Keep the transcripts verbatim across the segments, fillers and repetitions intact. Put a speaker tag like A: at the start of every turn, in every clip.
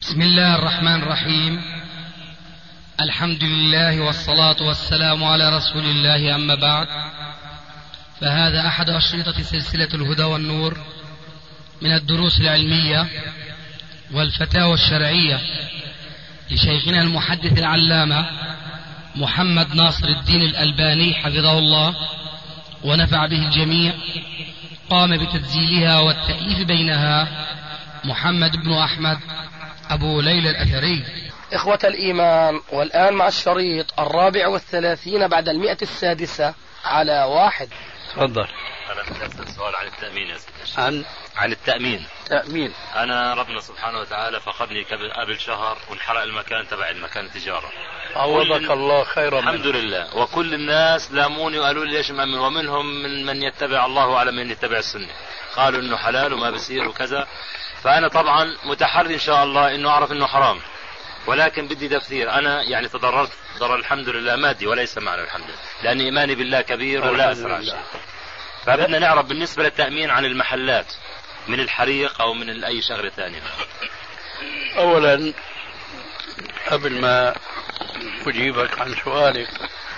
A: بسم الله الرحمن الرحيم. الحمد لله والصلاة والسلام على رسول الله، أما بعد، فهذا أحد أشرطة سلسلة الهدى والنور من الدروس العلمية والفتاوى الشرعية لشيخنا المحدث العلامة محمد ناصر الدين الألباني حفظه الله ونفع به الجميع. قام بتسجيلها والتأليف بينها محمد بن أحمد أبو ليلى الأثري.
B: إخوة الإيمان، والآن مع الشريط الرابع والثلاثين بعد المئة السادسة على واحد.
C: تفضل.
D: أنا بدي أسأل سؤال عن التأمين يا سيدي.
C: عن
D: عن التأمين.
C: تأمين.
D: أنا ربنا سبحانه وتعالى فقدني قبل شهر وانحرق المكان تبع المكان التجارة.
C: عوضك الله خيرا.
D: الحمد لله. وكل الناس لاموني وقالوا لي ليش مأمن، ومنهم من من يتبع الله على من يتبع السنة، قالوا إنه حلال وما بصير وكذا. فأنا طبعا متحري إن شاء الله إنه أعرف إنه حرام، ولكن بدي تفسير. أنا يعني تضررت ضرر الحمد لله مادي وليس معنى الحمد لله، لأن إيماني بالله كبير ولا أثر على شيء. فبدنا نعرف بالنسبة للتأمين عن المحلات من الحريق أو من أي شغلة ثانية.
C: أولا قبل ما أجيبك عن سؤالك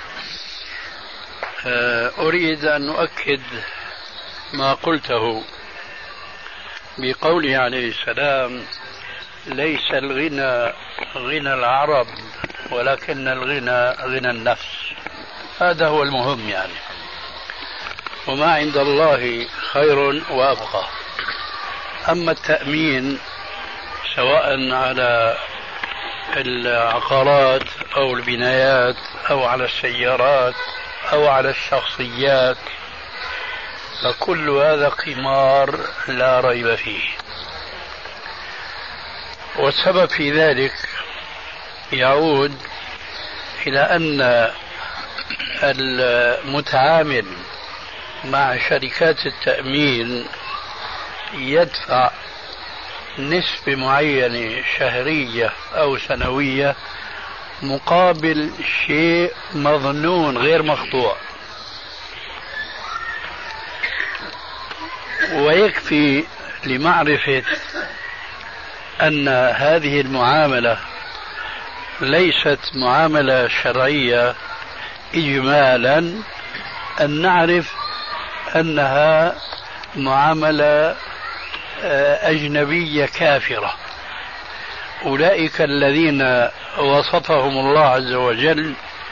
C: أريد أن أؤكد ما قلته بقوله عليه السلام: ليس الغنى غنى العرب ولكن الغنى غنى النفس. هذا هو المهم يعني، وما عند الله خير وأبقى. أما التأمين سواء على العقارات أو البنايات أو على السيارات أو على الشخصيات، فكل هذا قمار لا ريب فيه. والسبب في ذلك يعود إلى أن المتعامل مع شركات التأمين يدفع نسبة معينة شهرية أو سنوية مقابل شيء مظنون غير مقطوع. ويكفي لمعرفة أن هذه المعاملة ليست معاملة شرعية إجمالا أن نعرف أنها معاملة أجنبية كافرة. أولئك الذين وصفهم الله عز وجل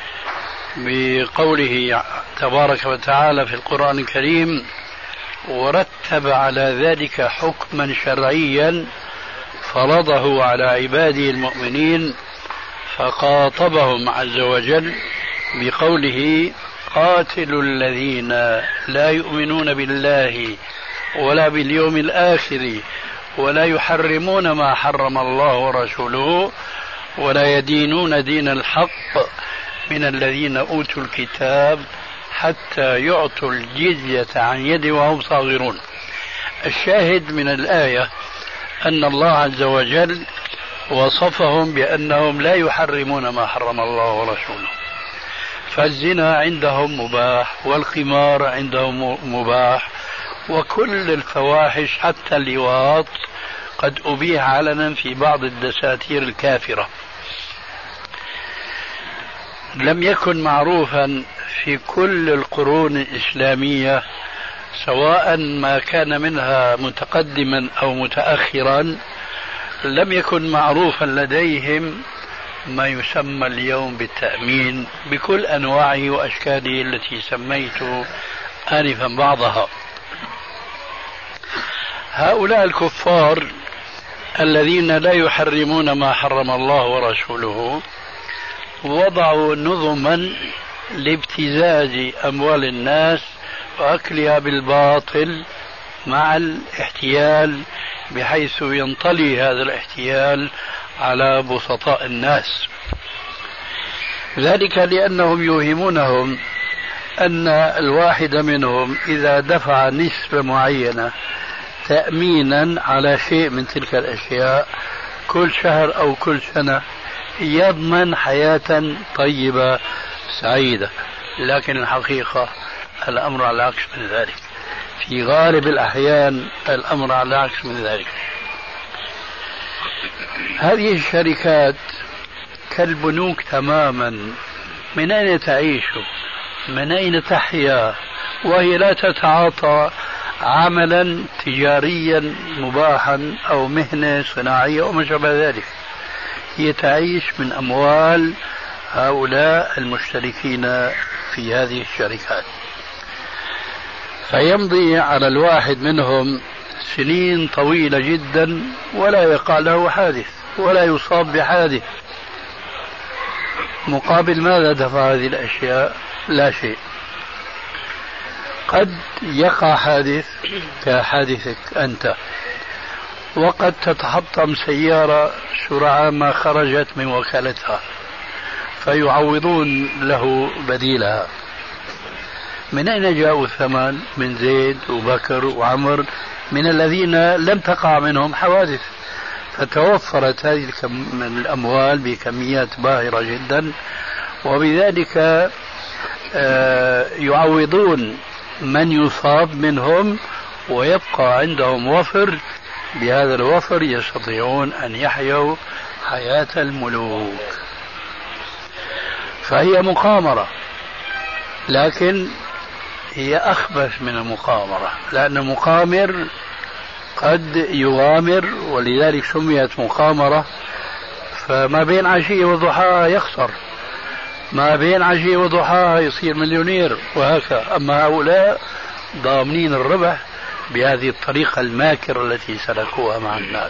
C: بقوله تبارك وتعالى في القرآن الكريم: ورتب على ذلك حكما شرعيا فرضه على عباده المؤمنين، فخاطبهم عز وجل بقوله: قاتلوا الذين لا يؤمنون بالله ولا باليوم الآخر ولا يحرمون ما حرم الله ورسوله ولا يدينون دين الحق من الذين أوتوا الكتاب حتى يعطوا الجزية عن يد وهم صاغرون. الشاهد من الآية أن الله عز وجل وصفهم بأنهم لا يحرمون ما حرم الله ورسوله، فالزنا عندهم مباح، والقمار عندهم مباح، وكل الفواحش حتى اللواط قد أبيح علنا في بعض الدساتير الكافرة. لم يكن معروفا في كل القرون الإسلامية، سواء ما كان منها متقدما أو متأخرا، لم يكن معروفا لديهم ما يسمى اليوم بالتأمين بكل أنواعه وأشكاله التي سميت آنفا بعضها. هؤلاء الكفار الذين لا يحرمون ما حرم الله ورسوله وضعوا نظما لابتزاز أموال الناس وأكلها بالباطل مع الاحتيال، بحيث ينطلي هذا الاحتيال على بسطاء الناس. ذلك لأنهم يوهمونهم أن الواحد منهم إذا دفع نسبة معينة تأمينا على شيء من تلك الأشياء كل شهر أو كل سنة يضمن حياة طيبة سعيدة. لكن الحقيقة الأمر على العكس من ذلك، في غالب الأحيان الأمر على العكس من ذلك. هذه الشركات كالبنوك تماما، من أين تعيش؟ من أين تحيا وهي لا تتعاطى عملا تجاريا مباحا أو مهنة صناعية أو ما شابه ذلك؟ هي تعيش من أموال هؤلاء المشتركين في هذه الشركات. فيمضي على الواحد منهم سنين طويلة جدا ولا يقع له حادث ولا يصاب بحادث. مقابل ماذا دفع هذه الأشياء؟ لا شيء. قد يقع حادث كحادثك أنت، وقد تتحطم سيارة سرعان ما خرجت من وكالتها فيعوضون له بديلها. من أين جاءوا الثمن؟ من زيد وبكر وعمر، من الذين لم تقع منهم حوادث، فتوفرت هذه من الأموال بكميات باهرة جدا، وبذلك يعوضون من يصاب منهم ويبقى عندهم وفر. بهذا الوفر يستطيعون أن يحيوا حياة الملوك. فهي مقامرة، لكن هي أخبث من المقامرة، لأن المقامر قد يغامر ولذلك سميت مقامرة. فما بين عشية وضحاها يخسر، ما بين عشية وضحاها يصير مليونير وهكذا. أما هؤلاء ضامنين الربح بهذه الطريقة الماكرة التي سلكوها مع الناس.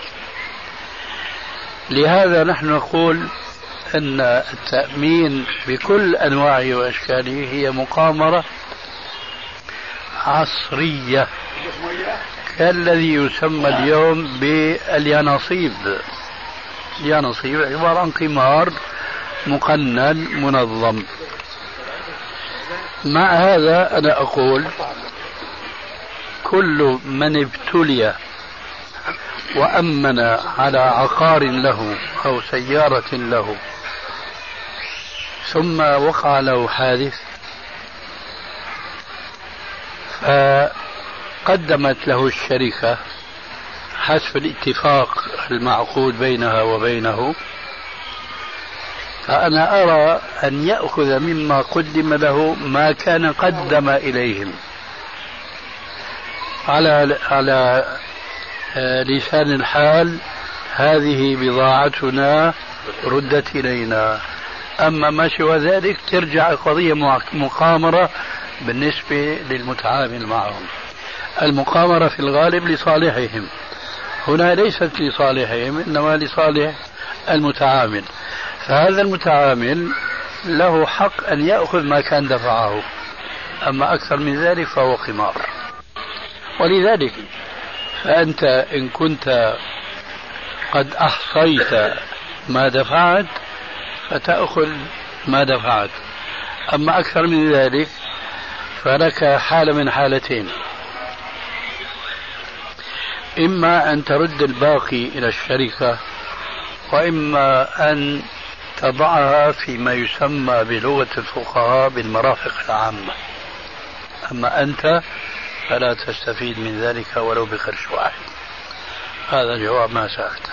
C: لهذا نحن نقول أن التأمين بكل أنواعه وأشكاله هي مقامرة عصرية كالذي يسمى اليوم باليانصيب. اليانصيب عبارة عن قمار مقنن منظم. مع هذا أنا أقول كل من ابتلي وأمن على عقار له أو سيارة له ثم وقع له حادث فقدمت له الشركة حسب الاتفاق المعقود بينها وبينه، فأنا أرى أن يأخذ مما قدم له ما كان قدم إليهم على على لسان الحال. هذه بضاعتنا ردت إلينا. أما ما سوى ذلك ترجع قضية مقامرة بالنسبة للمتعامل معهم. المقامرة في الغالب لصالحهم، هنا ليست لصالحهم إنما لصالح المتعامل. فهذا المتعامل له حق أن يأخذ ما كان دفعه، أما أكثر من ذلك فهو قمار. ولذلك فأنت إن كنت قد أحصيت ما دفعت فتأخذ ما دفعت، أما أكثر من ذلك فلك حالة من حالتين: إما أن ترد الباقي إلى الشركة، وإما أن تضعها فيما يسمى بلغة الفقهاء بالمرافق العامة. أما أنت فلا تستفيد من ذلك ولو بقرش واحد. هذا جواب ما سألته.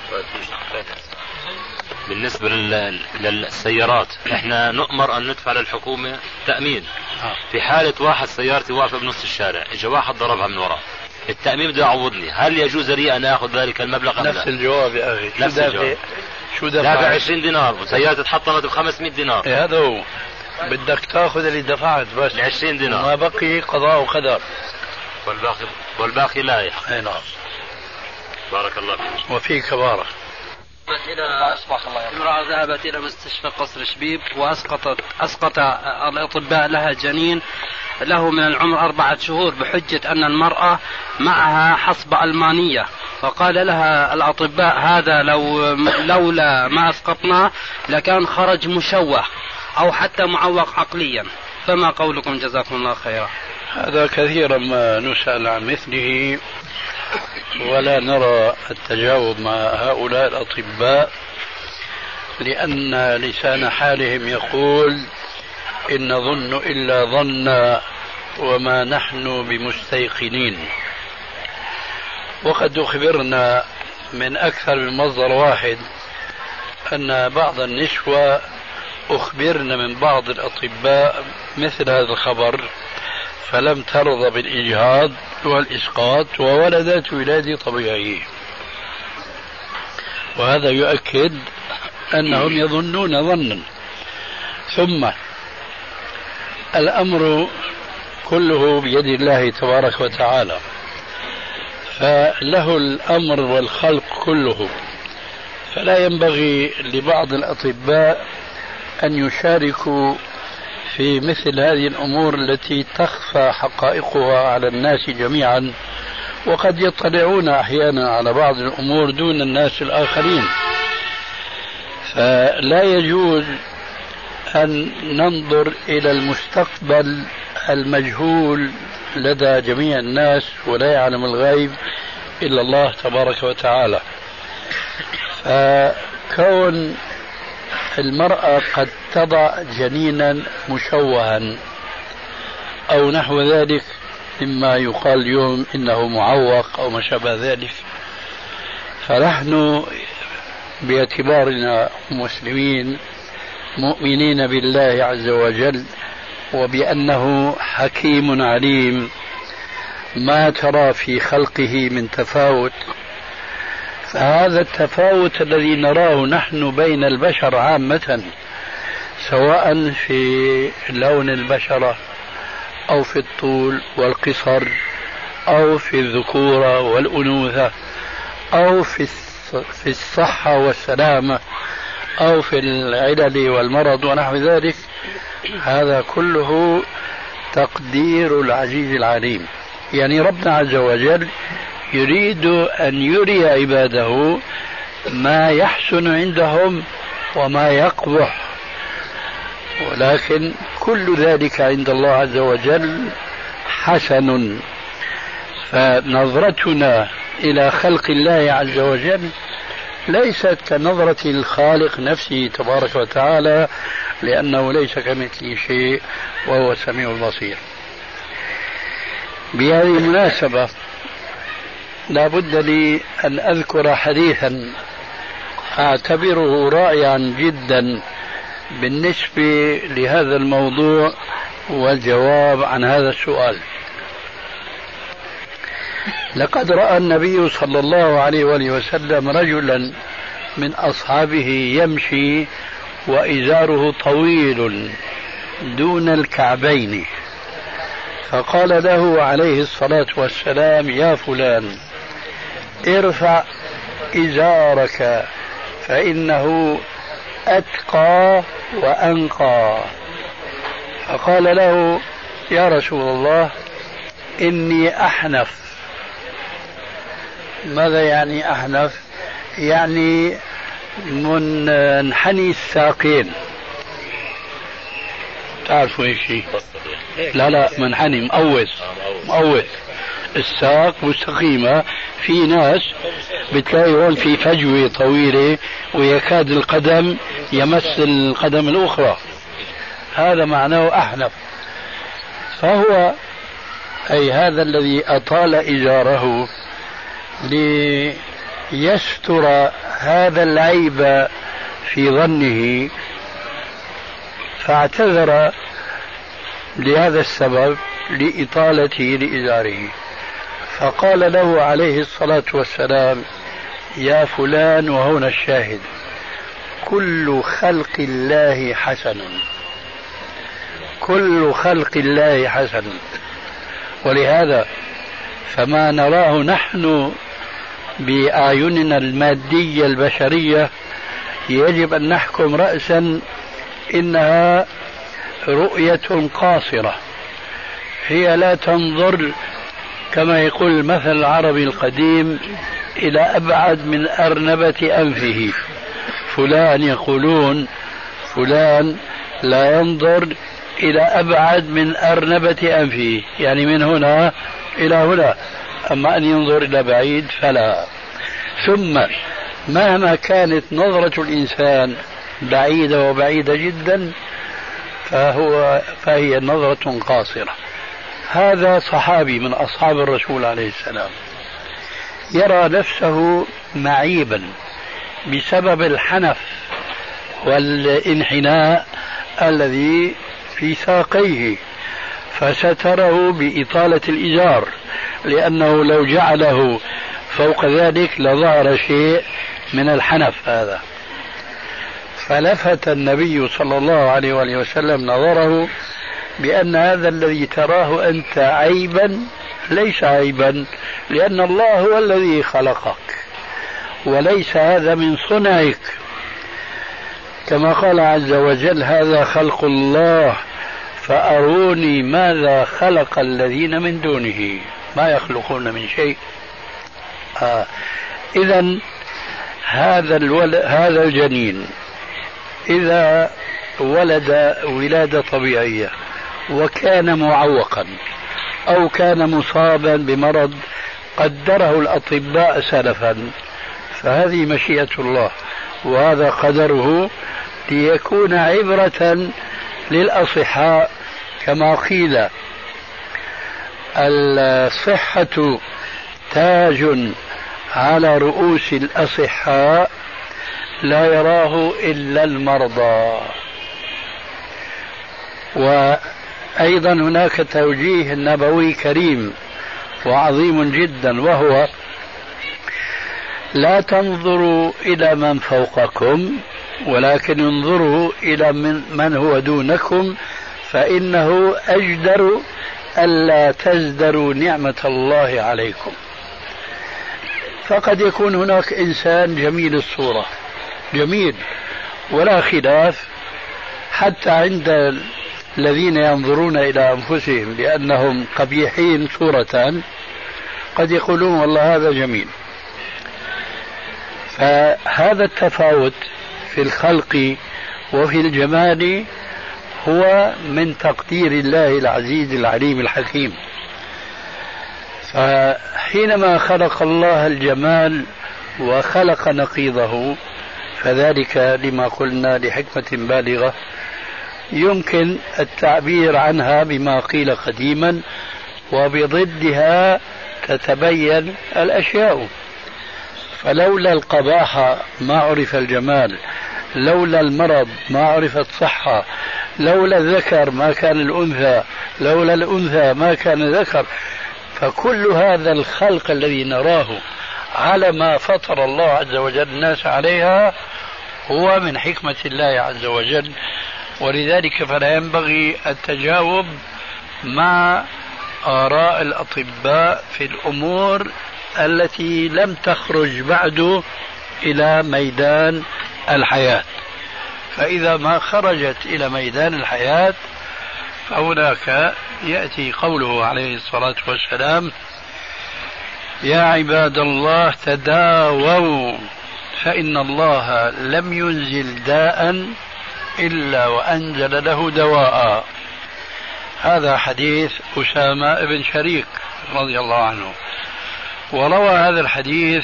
D: بالنسبة للسيارات احنا نؤمر ان ندفع للحكومة تأمين. في حالة واحد سيارتي واقفة بنص الشارع اجى واحد ضربها من وراء، التأمين بده يعوضني، هل يجوز لي ان اخذ ذلك المبلغ؟
C: نفس الجواب يا اخي.
D: نفس الجواب.
C: شو دفع؟
D: دافع عشرين دينار وسيارتي اتحطمت ب خمسمائة دينار.
C: إيه هذا هو، بدك تاخذ اللي دفعت بس
D: عشرين دينار،
C: ما بقي قضاء وقدر،
D: والباقي والباقي لا يحق.
C: اي نعم.
D: بارك الله فيك.
C: وفيك بارك.
A: إلى امرأة ذهبت إلى مستشفى قصر شبيب وأسقطت أسقط الأطباء لها جنين له من العمر أربعة شهور بحجة أن المرأة معها حصبة ألمانية، فقال لها الأطباء هذا لو لولا ما أسقطناه لكان خرج مشوه أو حتى معوق عقليا، فما قولكم جزاكم الله خيرا؟
C: هذا كثيرا ما نسأل عن مثله ولا نرى التجاوب مع هؤلاء الأطباء، لأن لسان حالهم يقول إن نظن إلا ظنا وما نحن بمستيقنين. وقد أخبرنا من أكثر من مصدر واحد أن بعض النسوة أخبرن من بعض الأطباء مثل هذا الخبر فلم ترضى بالإجهاض والإسقاط وولدت ولادة طبيعية، وهذا يؤكد أنهم يظنون ظنا. ثم الأمر كله بيد الله تبارك وتعالى، فله الأمر والخلق كله، فلا ينبغي لبعض الأطباء أن يشاركوا في مثل هذه الأمور التي تخفى حقائقها على الناس جميعا، وقد يطلعون أحيانا على بعض الأمور دون الناس الآخرين. فلا يجوز أن ننظر إلى المستقبل المجهول لدى جميع الناس، ولا يعلم الغيب إلا الله تبارك وتعالى. فكون المرأة قد تضع جنينا مشوها أو نحو ذلك مما يقال اليوم إنه معوق أو ما شابه ذلك، فنحن باعتبارنا مسلمين مؤمنين بالله عز وجل وبأنه حكيم عليم ما ترى في خلقه من تفاوت، فهذا التفاوت الذي نراه نحن بين البشر عامة سواء في لون البشرة أو في الطول والقصر أو في الذكورة والأنوثة أو في في الصحة والسلامة أو في العلل والمرض ونحو ذلك، هذا كله تقدير العزيز العليم. يعني ربنا عز وجل يريد أن يري عباده ما يحسن عندهم وما يقبح، ولكن كل ذلك عند الله عز وجل حسن. فنظرتنا إلى خلق الله عز وجل ليست كنظرة الخالق نفسه تبارك وتعالى، لأنه ليس كمثله شيء وهو السميع البصير. بهذه المناسبة لا بد لي أن أذكر حديثا أعتبره رائعا جدا بالنسبة لهذا الموضوع والجواب عن هذا السؤال. لقد رأى النبي صلى الله عليه وآله وسلم رجلا من أصحابه يمشي وإزاره طويل دون الكعبين، فقال له عليه الصلاة والسلام: يا فلان ارفع إزارك فإنه أتقى وأنقى. فقال له: يا رسول الله إني أحنف. ماذا يعني أحنف؟ يعني منحني الساقين. تعرفوا ايش شيء؟ لا لا منحني مقوس مقوس الساق مستقيمة. في ناس بتلاقي هون في فجوة طويلة ويكاد القدم يمس القدم الأخرى، هذا معناه أحنف. فهو أي هذا الذي أطال إزاره ليستر هذا العيب في ظنه، فاعتذر لهذا السبب لإطالته لإزاره. فقال له عليه الصلاة والسلام: يا فلان، وهنا الشاهد، كل خلق الله حسن، كل خلق الله حسن. ولهذا فما نراه نحن بأعيننا المادية البشرية يجب أن نحكم رأسا إنها رؤية قاصرة، هي لا تنظر كما يقول المثل العربي القديم إلى أبعد من أرنبة أنفه. فلان يقولون فلان لا ينظر إلى أبعد من أرنبة أنفه، يعني من هنا إلى هنا، أما أن ينظر إلى بعيد فلا. ثم مهما كانت نظرة الإنسان بعيدة وبعيدة جدا فهو فهي نظرة قاصرة. هذا صحابي من أصحاب الرسول عليه السلام يرى نفسه معيبا بسبب الحنف والانحناء الذي في ساقيه، فستره بإطالة الإزار، لأنه لو جعله فوق ذلك لظهر شيء من الحنف هذا. فلفت النبي صلى الله عليه وآله وسلم نظره بأن هذا الذي تراه أنت عيبا ليس عيبا، لأن الله هو الذي خلقك وليس هذا من صنعك، كما قال عز وجل: هذا خلق الله فأروني ماذا خلق الذين من دونه ما يخلقون من شيء. آه. إذن هذا الولد هذا الجنين إذا ولد ولادة طبيعية وكان معوقا أو كان مصابا بمرض قدره الأطباء سلفا، فهذه مشيئة الله وهذا قدره ليكون عبرة للأصحاء، كما قيل: الصحة تاج على رؤوس الأصحاء لا يراه إلا المرضى. وأيضا هناك توجيه نبوي كريم وعظيم جدا، وهو: لا تنظروا إلى من فوقكم ولكن انظروا إلى من, من هو دونكم، فإنه أجدر ألا تزدروا نعمة الله عليكم. فقد يكون هناك إنسان جميل الصورة، جميل ولا خلاف، حتى عند الذين ينظرون إلى أنفسهم بأنهم قبيحين صورة قد يقولون والله هذا جميل. فهذا التفاوت في الخلق وفي الجمال هو من تقدير الله العزيز العليم الحكيم. فحينما خلق الله الجمال وخلق نقيضه فذلك لما قلنا لحكمة بالغة يمكن التعبير عنها بما قيل قديما، وبضدها تتبين الأشياء. فلولا القباحة ما عرف الجمال، لولا المرض ما عرفت صحة، لولا الذكر ما كان الأنثى، لولا الأنثى ما كان الذكر. فكل هذا الخلق الذي نراه على ما فطر الله عز وجل الناس عليها هو من حكمة الله عز وجل. ولذلك فلا ينبغي التجاوب مع آراء الأطباء في الأمور التي لم تخرج بعد إلى ميدان الحياة. فإذا ما خرجت إلى ميدان الحياة فهناك يأتي قوله عليه الصلاة والسلام: يا عباد الله تداووا فإن الله لم ينزل داء إلا وأنزل له دواء. هذا حديث أسامة بن شريك رضي الله عنه. وروى هذا الحديث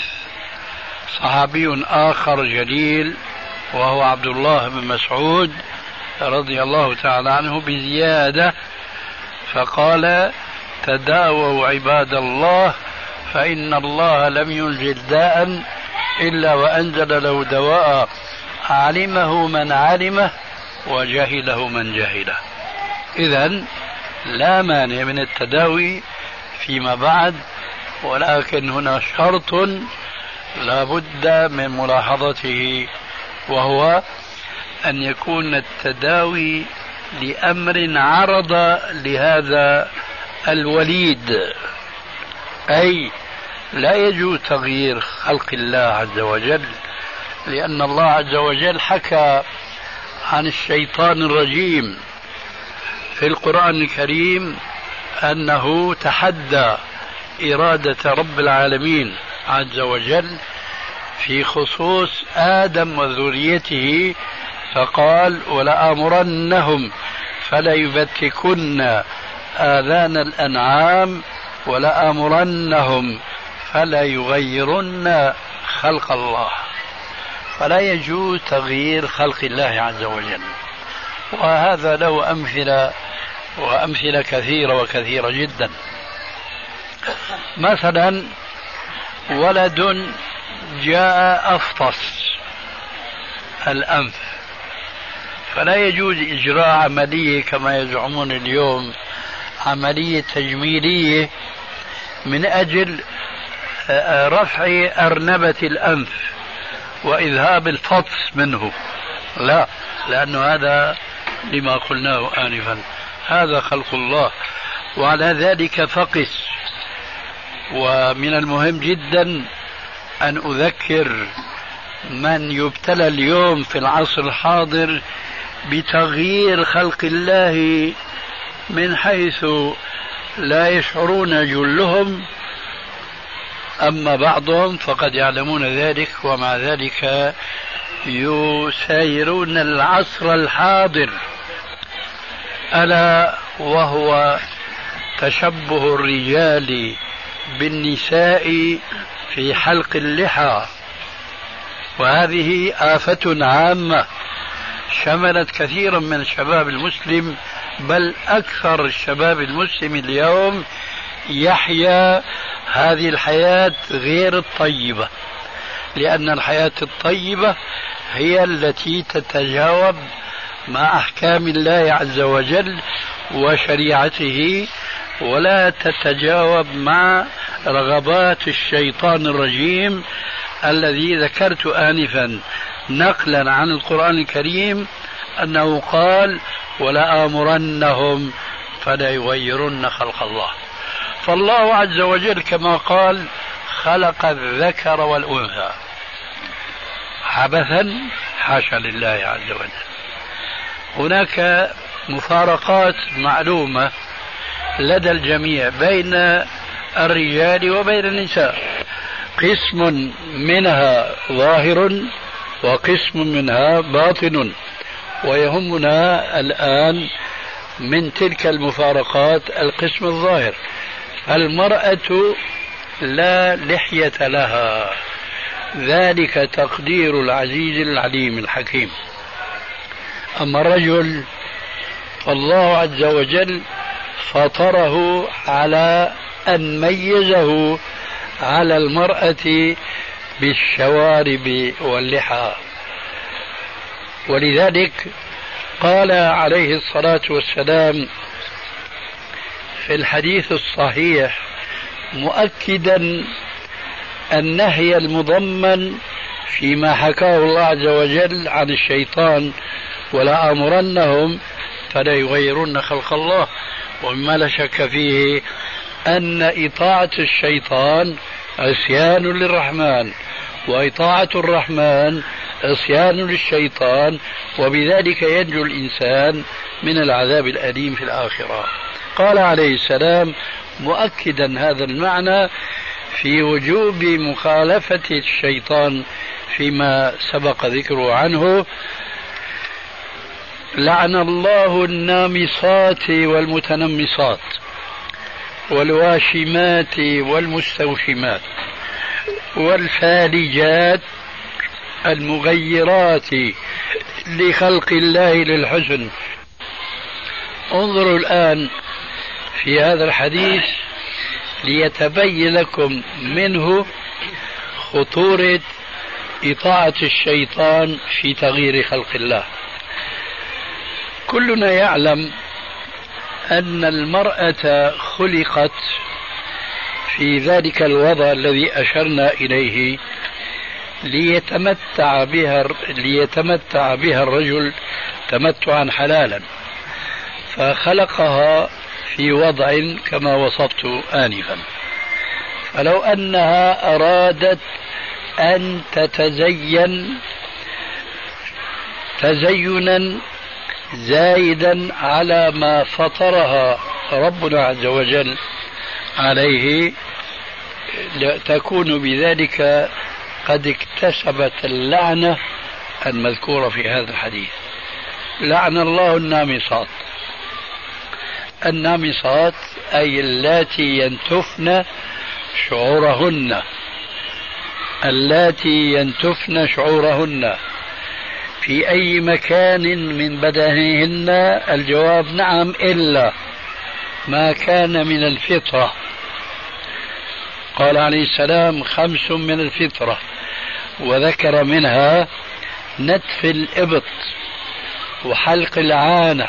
C: صحابي آخر جليل وهو عبد الله بن مسعود رضي الله تعالى عنه بزيادة، فقال: تداووا عباد الله فإن الله لم ينزل داء إلا وأنزل له دواء، علمه من علمه وجهله من جهله. إذن لا مانع من التداوي فيما بعد، ولكن هنا شرط لا بد من ملاحظته، وهو أن يكون التداوي لأمر عرض لهذا الوليد، أي لا يجوز تغيير خلق الله عز وجل، لأن الله عز وجل حكى عن الشيطان الرجيم في القرآن الكريم أنه تحدى إرادة رب العالمين عز وجل في خصوص آدم وذريته، فقال: ولآمرنهم فليبتكن آذان الأنعام ولآمرنهم فليغيرن خلق الله. فلا يجوز تغيير خلق الله عز وجل، وهذا له أمثلة وأمثلة كثيرة وكثيرة جدا. مثلا ولد جاء أفطس الأنف، فلا يجوز إجراء عملية كما يزعمون اليوم، عملية تجميلية من أجل رفع أرنبة الأنف وإذهاب الفطس منه، لا، لأن هذا لما قلناه آنفا، هذا خلق الله، وعلى ذلك فقس. ومن المهم جدا أن أذكر من يبتلى اليوم في العصر الحاضر بتغيير خلق الله من حيث لا يشعرون جلهم، أما بعضهم فقد يعلمون ذلك، ومع ذلك يسايرون العصر الحاضر، ألا وهو تشبه الرجال بالنساء في حلق اللحى، وهذه آفة عامة شملت كثيرا من الشباب المسلم، بل أكثر الشباب المسلم اليوم يحيا هذه الحياة غير الطيبة، لأن الحياة الطيبة هي التي تتجاوب مع أحكام الله عز وجل وشريعته، ولا تتجاوب مع رغبات الشيطان الرجيم الذي ذكرت آنفا نقلا عن القرآن الكريم أنه قال: ولآمرنهم فليغيرن خلق الله. فالله عز وجل كما قال خلق الذكر والأنثى عبثا، حاشا لله عز وجل. هناك مفارقات معلومة لدى الجميع بين الرجال وبين النساء، قسم منها ظاهر وقسم منها باطن، ويهمنا الآن من تلك المفارقات القسم الظاهر. المرأة لا لحية لها، ذلك تقدير العزيز العليم الحكيم. أما الرجل فالله عز وجل فطره على أن ميزه على المرأة بالشوارب واللحى، ولذلك قال عليه الصلاة والسلام في الحديث الصحيح مؤكدا النهي المضمن فيما حكاه الله عز وجل عن الشيطان: ولآمرنهم فليغيرن خلق الله. ومما لا شك فيه أن إطاعة الشيطان عصيان للرحمن، وإطاعة الرحمن عصيان للشيطان، وبذلك ينجو الإنسان من العذاب الأليم في الآخرة. قال عليه السلام مؤكدا هذا المعنى في وجوب مخالفة الشيطان فيما سبق ذكره عنه: لعن الله النامصات والمتنمصات والواشمات والمستوشمات والفالجات المغيرات لخلق الله للحسن. انظروا الآن في هذا الحديث ليتبين لكم منه خطورة إطاعة الشيطان في تغيير خلق الله. كلنا يعلم أن المرأة خلقت في ذلك الوضع الذي أشرنا إليه ليتمتع بها ليتمتع بها الرجل تمتعا حلالا، فخلقها في وضع كما وصفت آنفا. فلو أنها أرادت أن تتزين تزينا زايدا على ما فطرها ربنا عز وجل عليه، تكون بذلك قد اكتسبت اللعنة المذكورة في هذا الحديث. لعن الله النامصات. النامصات أي اللاتي ينتفن شعورهن، اللاتي ينتفن شعورهن في أي مكان من بدنهن. الجواب نعم، إلا ما كان من الفطرة. قال عليه السلام: خمس من الفطرة: وذكر منها نتف الإبط وحلق العانة،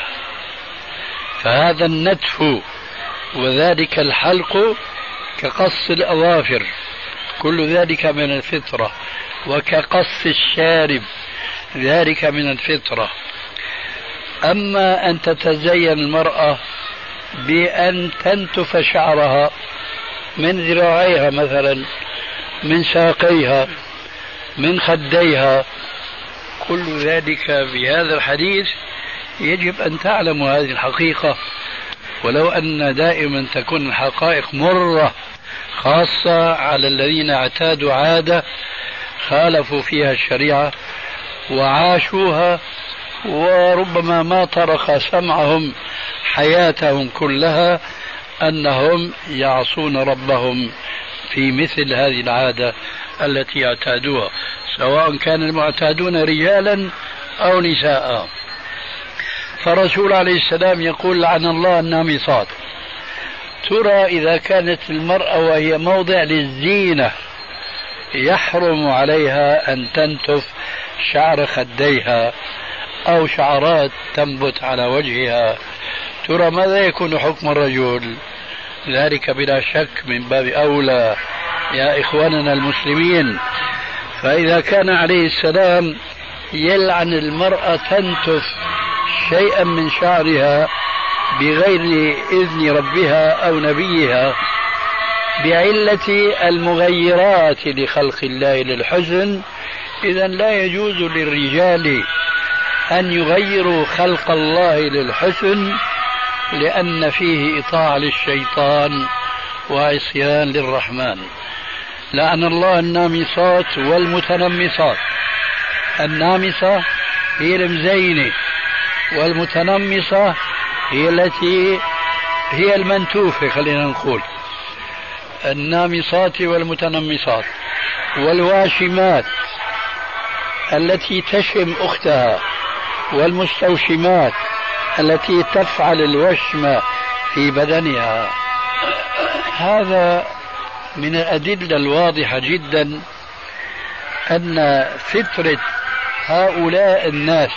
C: فهذا النتف وذلك الحلق كقص الأظافر، كل ذلك من الفطرة، وكقص الشارب ذلك من الفطرة. أما أن تتزين المرأة بأن تنتف شعرها من ذراعيها مثلا، من ساقيها، من خديها، كل ذلك بهذا الحديث يجب أن تعلموا هذه الحقيقة، ولو أن دائما تكون الحقائق مرة خاصة على الذين اعتادوا عادة خالفوا فيها الشريعة وعاشوها، وربما ما طرق سمعهم حياتهم كلها أنهم يعصون ربهم في مثل هذه العادة التي اعتادوها، سواء كان المعتادون رجالا أو نساء. فالرسول عليه السلام يقول لعن الله النامصات. ترى إذا كانت المرأة وهي موضع للزينة يحرم عليها أن تنتف شعر خديها أو شعرات تنبت على وجهها، ترى ماذا يكون حكم الرجل؟ ذلك بلا شك من باب أولى يا إخواننا المسلمين. فإذا كان عليه السلام يلعن المرأة تنتف شيئا من شعرها بغير إذن ربها أو نبيها بعلة المغيرات لخلق الله للحسن، إذن لا يجوز للرجال أن يغيروا خلق الله للحسن، لأن فيه إطاعة للشيطان وعصيان للرحمن. لعن الله النامصات والمتنمصات. النامصة هي المزينة، والمتنمصة هي التي هي المنتوفة، خلينا نقول النامصات والمتنمصات. والواشمات التي تشم أختها، والمستوشمات التي تفعل الوشم في بدنها. هذا من الأدلة الواضحة جدا أن فطرة هؤلاء الناس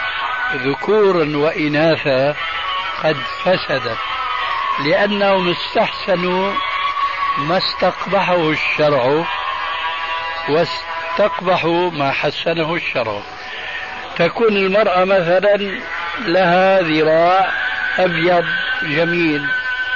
C: ذكورا وإناثا قد فسدت، لأنهم استحسنوا ما استقبحه الشرع واستقبحوا ما حسنه الشرع. تكون المرأة مثلا لها ذراع أبيض جميل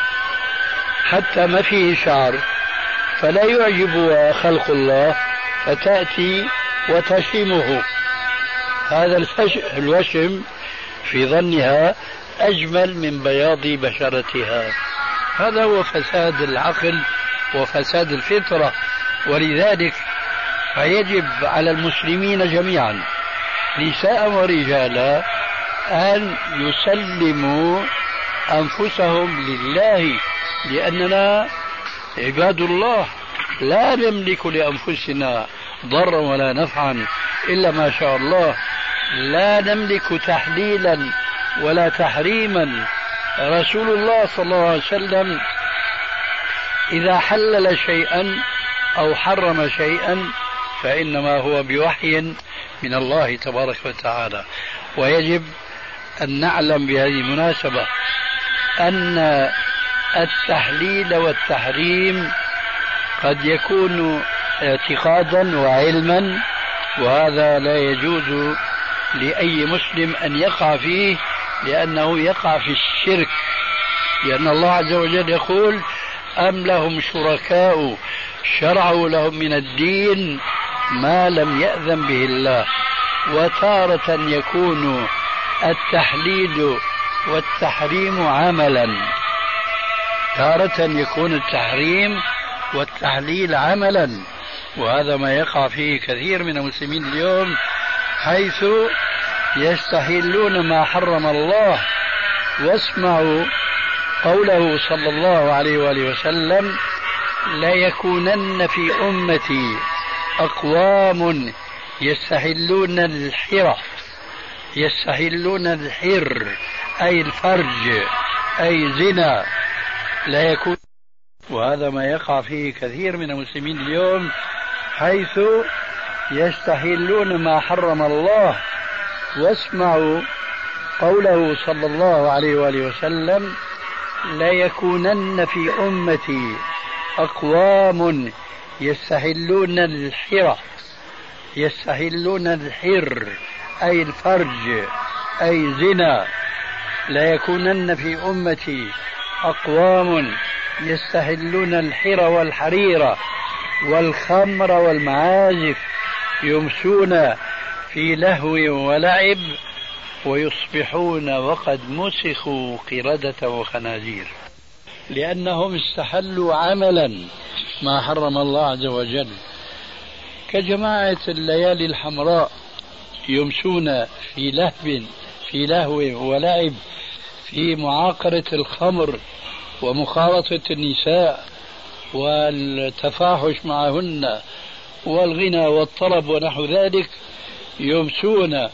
C: حتى ما فيه شعر، فلا يعجبها خلق الله فتأتي وتشمه. هذا الوشم في ظنها أجمل من بياض بشرتها. هذا هو فساد العقل وفساد الفطرة. ولذلك فيجب على المسلمين جميعا نساء ورجالا أن يسلموا أنفسهم لله، لأننا عباد الله لا نملك لأنفسنا ضرا ولا نفعا إلا ما شاء الله، لا نملك تحليلا ولا تحريما. رسول الله صلى الله عليه وسلم إذا حلل شيئا أو حرم شيئا فإنما هو بوحي من الله تبارك وتعالى. ويجب أن نعلم بهذه المناسبة أن التحليل والتحريم قد يكون اعتقادا وعلما، وهذا لا يجوز لأي مسلم أن يقع فيه، لأنه يقع في الشرك. لأن الله عز وجل يقول أم لهم شركاء شرعوا لهم من الدين ما لم يأذن به الله. وتارة يكون التحليل والتحريم عملا، تارة يكون التحريم والتحليل عملا، وهذا ما يقع فيه كثير من المسلمين اليوم، حيث يستحلون ما حرم الله. واسمعوا قوله صلى الله عليه وآله وسلم لا يكونن في أمتي أقوام يستحلون الحرة، يستحلون الحر أي الفرج أي زنا، لا يكون. وهذا ما يقع فيه كثير من المسلمين اليوم، حيث يستحلون ما حرم الله. واسمعوا قوله صلى الله عليه وآله وسلم: ليكونن في أمتي أقوام يستحلون الحر يستحلون الحر أي الفرج أي زنا. ليكونن في أمتي أقوام يستحلون الحر والحرير والخمر والمعازف يمسون في لهو ولعب ويصبحون وقد مسخوا قردة وخنازير، لأنهم استحلوا عملا ما حرم الله عز وجل، كجماعة الليالي الحمراء يمسون في لهو في لهو ولعب في معاقرة الخمر ومخالطة النساء والتفاحش معهن والغنى والطرب ونحو ذلك، يمسون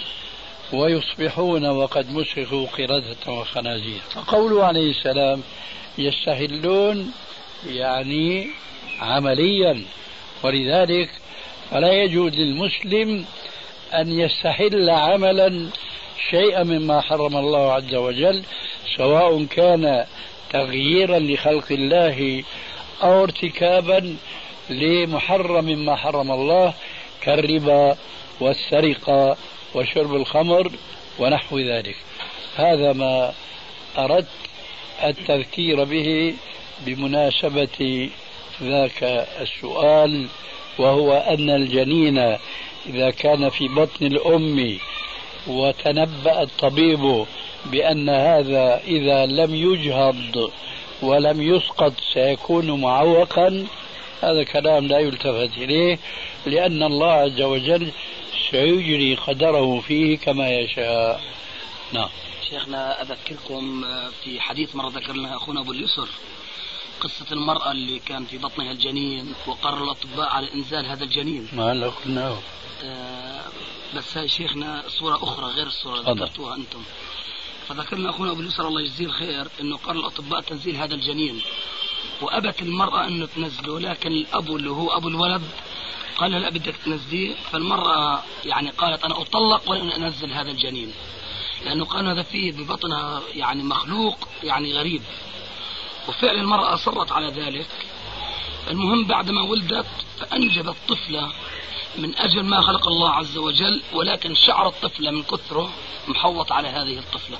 C: ويصبحون وقد مسخوا قردة وخنازير. فقوله عليه السلام يستحلون يعني عمليا، ولذلك فلا يجوز للمسلم أن يستحل عملا شيئا مما حرم الله عز وجل، سواء كان تغييرا لخلق الله أو ارتكابا لمحرم مما حرم الله كالربا والسرقة وشرب الخمر ونحو ذلك. هذا ما أردت التذكير به بمناسبة ذاك السؤال، وهو أن الجنين إذا كان في بطن الأم وتنبأ الطبيب بأن هذا إذا لم يجهض ولم يسقط سيكون معوقا، هذا كلام لا يلتفت إليه، لأن الله عز وجل سيجري قدره فيه كما يشاء. نعم.
B: شيخنا أذكركم في حديث مرة ذكرنا أخونا أبو اليسر قصة المرأة اللي كان في بطنها الجنين وقرر الأطباء على إنزال هذا الجنين.
C: ما هلا قلناه.
B: آه بس هاي شيخنا صورة أخرى غير الصورة اللي ذكرتوها أنتم. فذكرنا أخونا أبو اليسر الله يجزيه الخير أنه قرر الأطباء تنزيل هذا الجنين، وأبت المرأة أنه تنزله، لكن الأب اللي هو أبو الولد قال لا بدك تنزليه. فالمرأة يعني قالت أنا أطلق ولا أنزل هذا الجنين، لأنه قال هذا فيه ببطنها يعني مخلوق يعني غريب. وفعلا المرأة أصرت على ذلك. المهم بعدما ولدت فأنجبت طفلة من أجل ما خلق الله عز وجل، ولكن شعر الطفلة من كثره محوط على هذه الطفلة.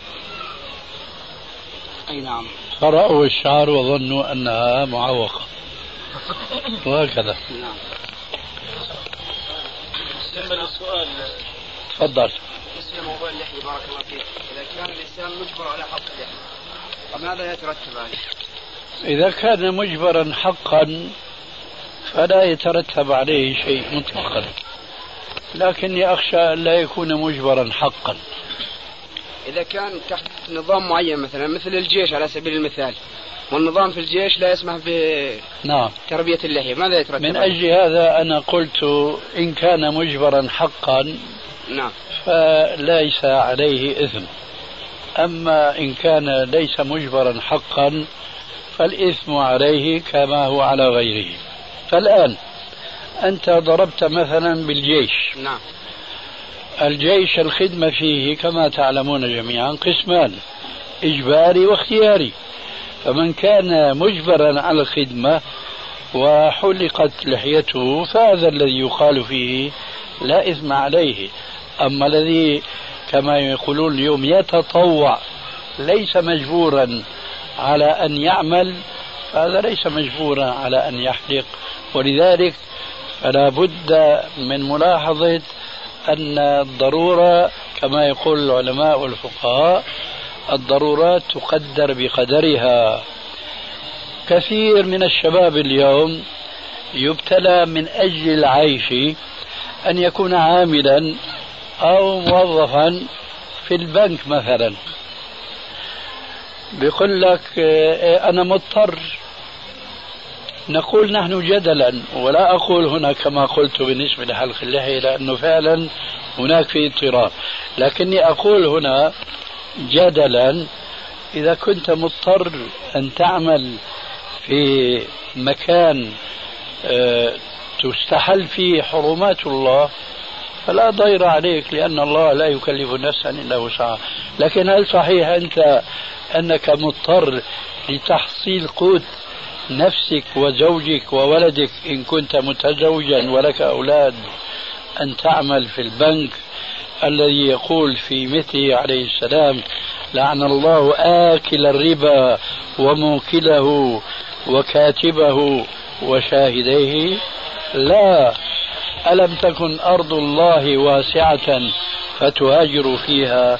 B: أي نعم.
C: فرأوا الشعر وظنوا أنها معوقة وهكذا.
B: نعم.
E: استقبل السؤال.
C: تفضل.
E: بالنسبة لموضوع اللحية بارك الله فيك، إذا كان الإنسان مجبر على حق اللحية فماذا يترتب عليه؟
C: إذا كان مجبرا حقا فلا يترتب عليه شيء مطلقا، لكني أخشى أن لا يكون مجبرا حقا.
E: إذا كان تحت نظام معين مثلا مثل الجيش على سبيل المثال، والنظام في الجيش لا يسمح بتربية اللحية، ماذا يترتب
C: من
E: عليه؟
C: أجل هذا أنا قلت إن كان مجبرا حقا
E: نعم
C: فليس عليه إثم، أما إن كان ليس مجبرا حقا فالإثم عليه كما هو على غيره. فالآن أنت ضربت مثلا بالجيش.
E: نعم.
C: الجيش الخدمة فيه كما تعلمون جميعا قسمان، إجباري واختياري. فمن كان مجبرا على الخدمة وحلقت لحيته فهذا الذي يقال فيه لا إثم عليه. أما الذي كما يقولون اليوم يتطوع ليس مجبورا على أن يعمل، فهذا ليس مجبورا على أن يحلق. ولذلك فلا بد من ملاحظة أن الضرورة كما يقول العلماء والفقهاء الضرورات تقدر بقدرها. كثير من الشباب اليوم يبتلى من أجل العيش أن يكون عاملا أو موظفا في البنك مثلا، بيقول لك أنا مضطر. نقول نحن جدلا، ولا أقول هنا كما قلت بالنسبة لحلق اللحية لأنه فعلا هناك في اضطرار، لكني أقول هنا جدلا إذا كنت مضطر أن تعمل في مكان تستحل فيه حرمات الله فلا ضير عليك، لأن الله لا يكلف نفسا إلا وسعها. لكن هل صحيح أنت أنك مضطر لتحصيل قوت نفسك وزوجك وولدك إن كنت متزوجا ولك أولاد أن تعمل في البنك الذي يقول في مثله عليه السلام: لعن الله آكل الربا وموكله وكاتبه وشاهديه؟ لا. ألم تكن أرض الله واسعة فتهاجروا فيها؟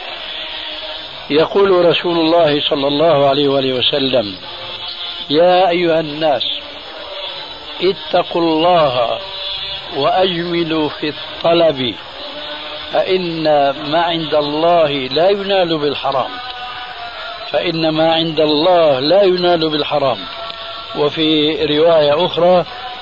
C: يقول رسول الله صلى الله عليه وآله وسلم: يا أيها الناس اتقوا الله وأجملوا في الطلب فإن ما عند الله لا ينال بالحرام، فإن ما عند الله لا ينال بالحرام. وفي رواية أخرى: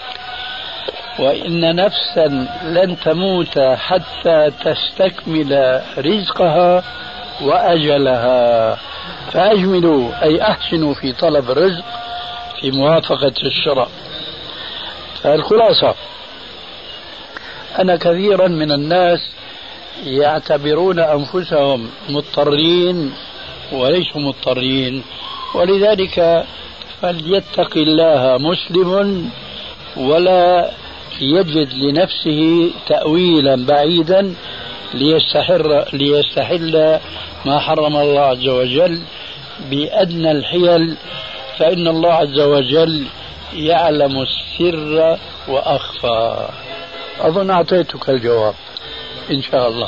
C: وإن نفسا لن تموت حتى تستكمل رزقها وأجلها، فأجملوا أي أحسنوا في طلب الرزق في موافقة الشرع. فالخلاصة أن كثيرا من الناس يعتبرون أنفسهم مضطرين وليسوا مضطرين، ولذلك فليتق الله مسلم ولا يجد لنفسه تأويلا بعيدا ليستحر ليستحل ما حرم الله عز وجل بأدنى الحيل، فإن الله عز وجل يعلم السر وأخفى. أظن أعطيتك الجواب إن شاء الله.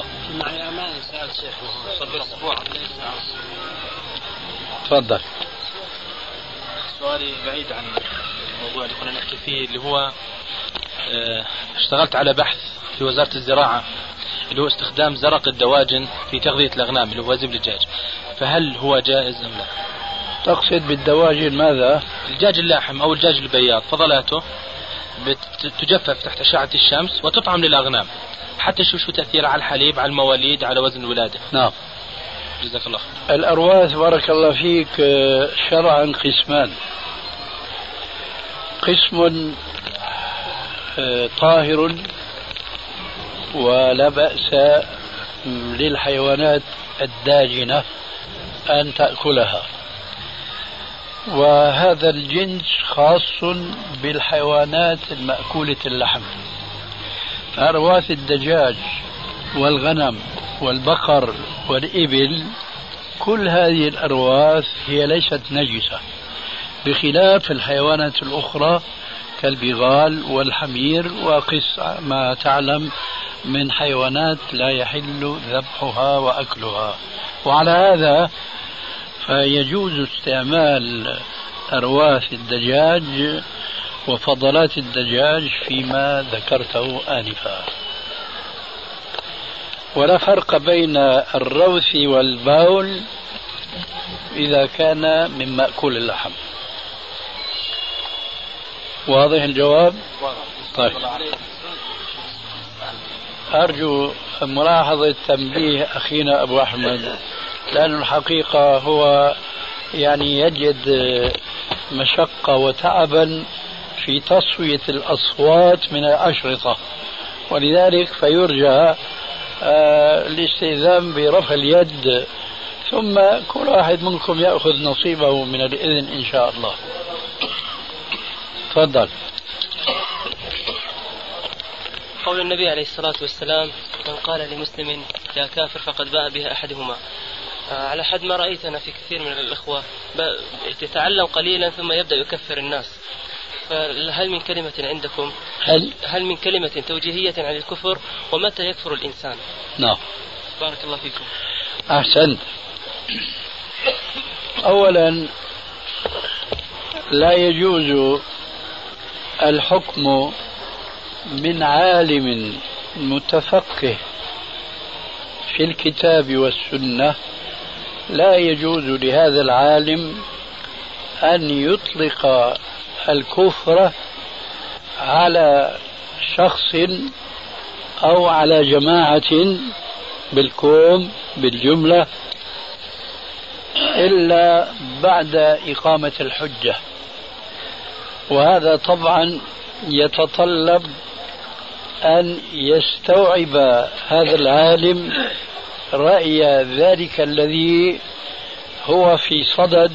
C: تفضل.
F: سؤالي بعيد عن الموضوع اللي كنا نحكي فيه، اللي هو اه اشتغلت على بحث في وزارة الزراعة اللي هو استخدام زرق الدواجن في تغذية الأغنام اللي هو زبل الدجاج، فهل هو جائز أم لا؟
C: تقصد بالدواجن ماذا؟
F: الدجاج اللاحم أو الدجاج البياض، فضلاته تجفف تحت أشعة الشمس وتطعم للأغنام حتى شو شو تأثير على الحليب، على المواليد، على وزن الولادة.
C: نعم.
F: جزاك الله.
C: الأرواث بارك الله فيك شرعا قسمان: قسم طاهر ولا بأس للحيوانات الداجنة أن تأكلها، وهذا الجنس خاص بالحيوانات المأكولة اللحم. فأرواث الدجاج والغنم والبقر والإبل كل هذه الأرواث هي ليست نجسة، بخلاف الحيوانات الأخرى كالبغال والحمير وقس ما تعلم من حيوانات لا يحل ذبحها وأكلها. وعلى هذا فيجوز استعمال أرواث الدجاج وفضلات الدجاج فيما ذكرته آنفا، ولا فرق بين الروث والبول إذا كان من مأكول اللحم. واضح الجواب؟ طيب، أرجو ملاحظة تنبيه أخينا أبو أحمد، لأن الحقيقة هو يعني يجد مشقة وتعبا في تصفية الأصوات من الأشرطة، ولذلك فيرجى آه الاستئذان برفع اليد، ثم كل واحد منكم يأخذ نصيبه من الإذن إن شاء الله. تفضل.
G: قول النبي عليه الصلاة والسلام: من قال لمسلم يا كافر فقد باء بها أحدهما. على حد ما رأيتنا في كثير من الأخوة يتعلم قليلا ثم يبدأ يكفر الناس، فهل من كلمة عندكم هل, هل من كلمة توجيهية عن الكفر ومتى يكفر الإنسان؟
C: نعم.
G: بارك الله فيكم.
C: أحسنت. أولا لا يجوز الحكم من عالم متفقه في الكتاب والسنة، لا يجوز لهذا العالم أن يطلق الكفر على شخص أو على جماعة بالكوم بالجملة إلا بعد إقامة الحجة. وهذا طبعا يتطلب أن يستوعب هذا العالم رأي ذلك الذي هو في صدد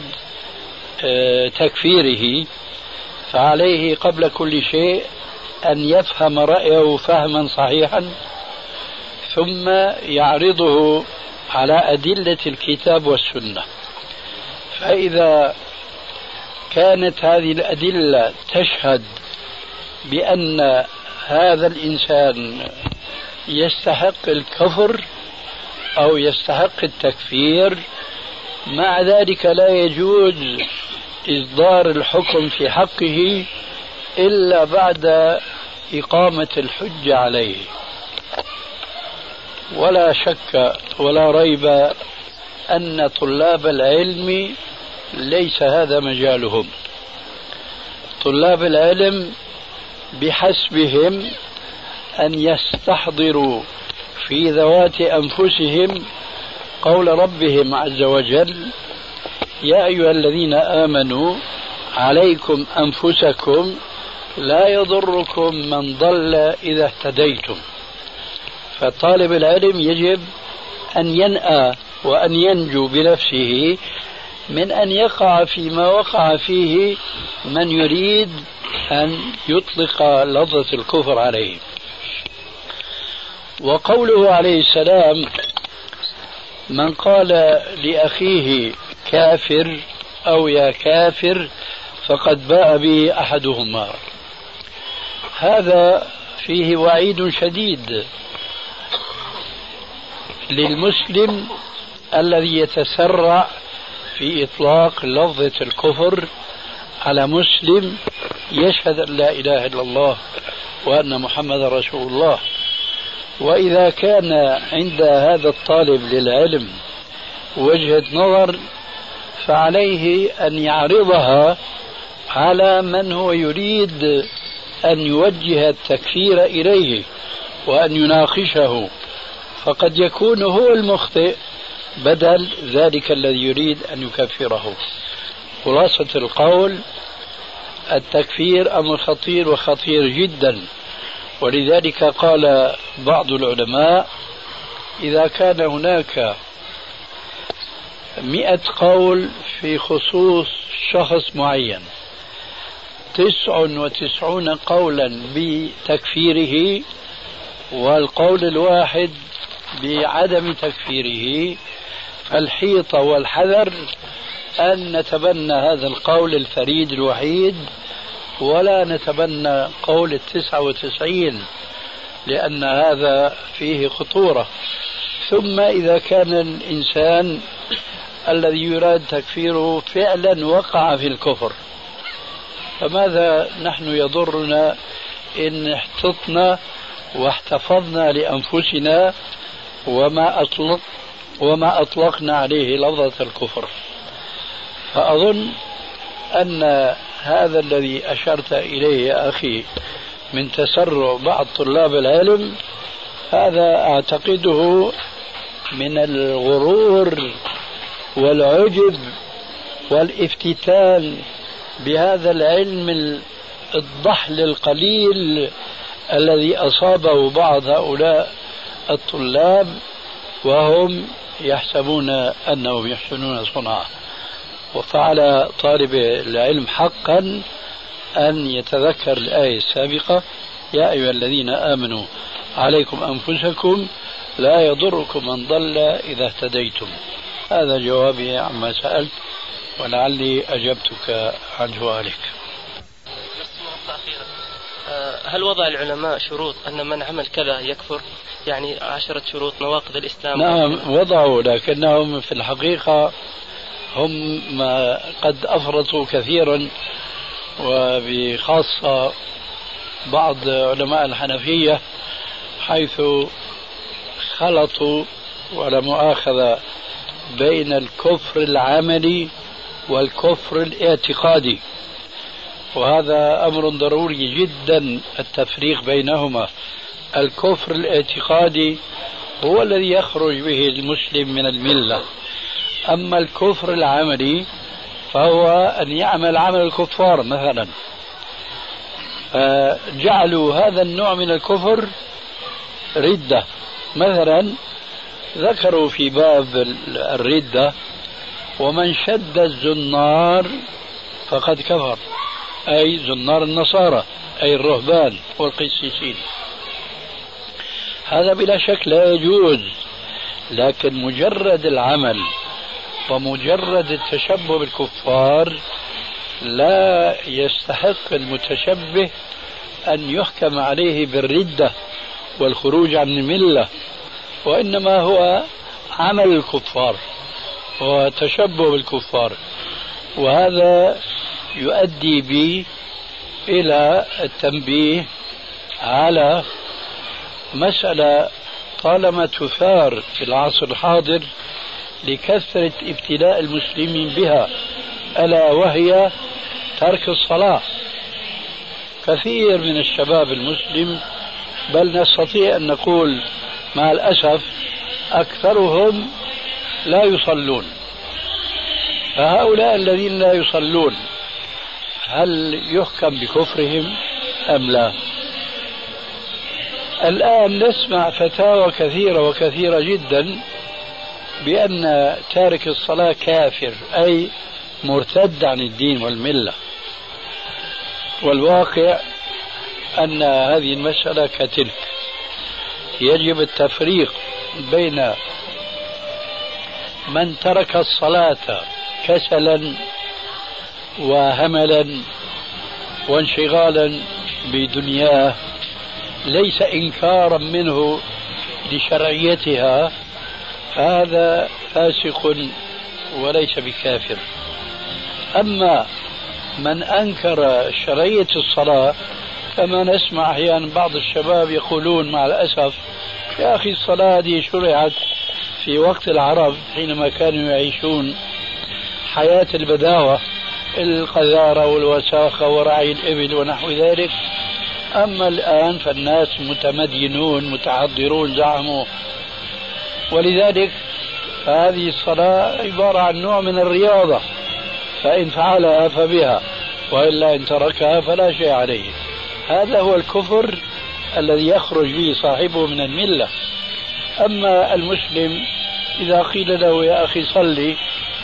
C: تكفيره، فعليه قبل كل شيء أن يفهم رأيه فهما صحيحا، ثم يعرضه على أدلة الكتاب والسنة. فإذا كانت هذه الأدلة تشهد بأن هذا الإنسان يستحق الكفر أو يستحق التكفير، مع ذلك لا يجوز إصدار الحكم في حقه إلا بعد إقامة الحجة عليه. ولا شك ولا ريب أن طلاب العلم ليس هذا مجالهم. طلاب العلم بحسبهم أن يستحضروا في ذوات أنفسهم قول ربهم عز وجل: يا أيها الذين آمنوا عليكم أنفسكم لا يضركم من ضل إذا اهتديتم. فطالب العلم يجب أن ينأى وأن ينجو بنفسه من أن يقع فيما وقع فيه من يريد أن يطلق لفظة الكفر عليه. وقوله عليه السلام: من قال لأخيه كافر أو يا كافر فقد باء به أحدهما، هذا فيه وعيد شديد للمسلم الذي يتسرع في إطلاق لفظة الكفر على مسلم يشهد أن لا إله إلا الله وأن محمد رسول الله. وإذا كان عند هذا الطالب للعلم وجهة نظر فعليه أن يعرضها على من هو يريد أن يوجه التكفير إليه وأن يناقشه، فقد يكون هو المخطئ بدل ذلك الذي يريد أن يكفره. خلاصة القول: التكفير أمر خطير وخطير جدا، ولذلك قال بعض العلماء: إذا كان هناك مئة قول في خصوص شخص معين، تسع وتسعون قولا بتكفيره والقول الواحد بعدم تكفيره، فالحيطة والحذر أن نتبنى هذا القول الفريد الوحيد ولا نتبنى قول التسعة وتسعين، لأن هذا فيه خطورة. ثم إذا كان الإنسان الذي يراد تكفيره فعلا وقع في الكفر، فماذا نحن يضرنا إن احتطنا واحتفظنا لأنفسنا وما أطلق وما أطلقنا عليه لفظة الكفر؟ فأظن أن هذا الذي أشرت إليه يا أخي من تسرع بعض طلاب العلم، هذا أعتقده من الغرور والعجب والافتتان بهذا العلم الضحل القليل الذي أصابه بعض هؤلاء الطلاب وهم يحسبون أنهم يحسنون صنعا. وفعل طالب العلم حقا أن يتذكر الآية السابقة: يا أيها الذين آمنوا عليكم أنفسكم لا يضركم من ضل إذا اهتديتم. هذا جوابي عما سألت، ولعلي أجبتك عن سؤالك.
G: هل وضع العلماء شروط أن من عمل كذا يكفر؟ يعني عشرة شروط نواقض الإسلام.
C: نعم وضعوا، لكنهم في الحقيقة هم ما قد أفرطوا كثيرا، وبخاصة بعض علماء الحنفية حيث خلطوا ولا مؤاخذة بين الكفر العملي والكفر الاعتقادي، وهذا أمر ضروري جدا التفريق بينهما. الكفر الاعتقادي هو الذي يخرج به المسلم من الملة، أما الكفر العملي فهو أن يعمل عمل الكفار مثلا. فجعلوا هذا النوع من الكفر ردة. مثلا ذكروا في باب الردة ومن شد الزنار فقد كفر، أي زنار النصارى أي الرهبان والقسيسين. هذا بلا شك لا يجوز، لكن مجرد العمل ومجرد التشبه بالكفار لا يستحق المتشبه أن يحكم عليه بالردة والخروج عن الملة، وإنما هو عمل الكفار وتشبه بالكفار. وهذا يؤدي بي إلى التنبيه على مسألة طالما تثار في العصر الحاضر لكثرة ابتلاء المسلمين بها، ألا وهي ترك الصلاة. كثير من الشباب المسلم، بل نستطيع أن نقول مع الأسف أكثرهم لا يصلون. فهؤلاء الذين لا يصلون هل يحكم بكفرهم أم لا؟ الآن نسمع فتاوى كثيرة وكثيرة جدا بأن تارك الصلاة كافر، أي مرتد عن الدين والملة. والواقع أن هذه المسألة كتلك. يجب التفريق بين من ترك الصلاة كسلا وهملا وانشغالا بدنياه ليس إنكارا منه لشرعيتها، هذا فاسق وليس بكافر. أما من أنكر شرعية الصلاة، كما نسمع أحيانا بعض الشباب يقولون مع الأسف يا أخي الصلاة دي شرعت في وقت العرب حينما كانوا يعيشون حياة البداوة، القذارة والوساخة ورعي الإبل ونحو ذلك. أما الآن فالناس متمدينون متحضرون زعموا، ولذلك هذه الصلاة عبارة عن نوع من الرياضة، فإن فعلها فبها، وإلا إن تركها فلا شيء عليه. هذا هو الكفر الذي يخرج به صاحبه من الملة. أما المسلم إذا قيل له يا أخي صلي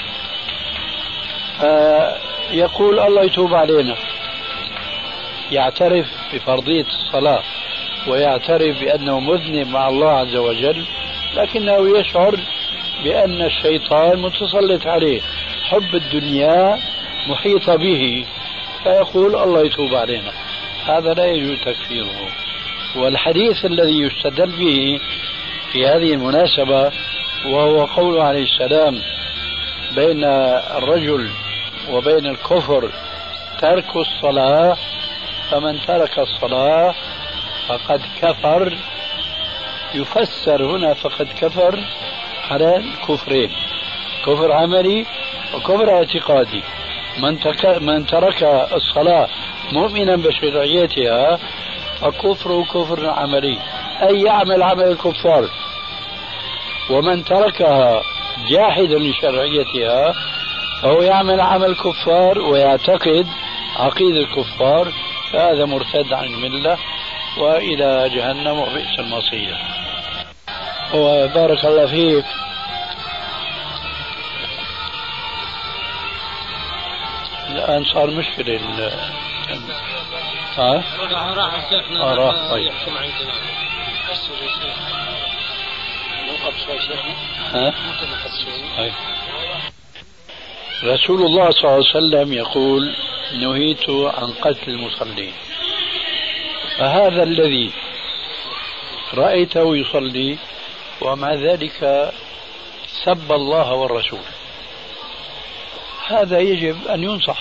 C: يقول الله يتوب علينا، يعترف بفرضية الصلاة ويعترف بأنه مذنب مع الله عز وجل، لكنه يشعر بأن الشيطان متسلط عليه، حب الدنيا محيط به، فيقول الله يتوب علينا. هذا لا يجوز تكفيره. والحديث الذي يستدل به في هذه المناسبة وهو قوله عليه السلام بين الرجل وبين الكفر ترك الصلاة، فمن ترك الصلاة فقد كفر. يفسر هنا فقد كفر على كفرين، كفر عملي وكفر اعتقادي. من, من ترك الصلاة مؤمنا بشرعيتها فكفره كفر عملي، أي يعمل عمل الكفار. ومن تركها جاحدا لشرعيتها فهو يعمل عمل الكفار ويعتقد عقيدة الكفار، فهذا مرتد عن الملة وإلى جهنم وبئس المصير. وبارك الله فيك. الآن صار مشكلة ال ها؟ راح شيخنا اه راح. طيب ها؟ طيب. رسول الله صلى الله عليه وسلم يقول نهيت عن قتل المصلين، فهذا الذي رأيته يصلي ومع ذلك سب الله والرسول، هذا يجب أن ينصح.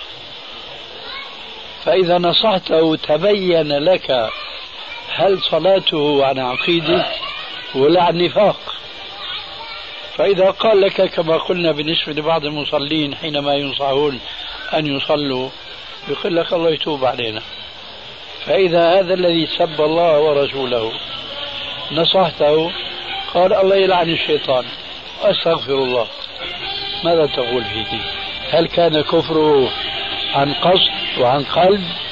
C: فإذا نصحته تبين لك هل صلاته عن عقيدة ولا عن نفاق. فإذا قال لك كما قلنا بالنسبة لبعض المصلين حينما ينصحون أن يصلوا يقول لك الله يتوب علينا، فإذا هذا الذي سب الله ورسوله نصحته قال الله يلعن الشيطان أستغفر الله، ماذا تقول فيه؟ هل كان كفره عن قصد وعن قلب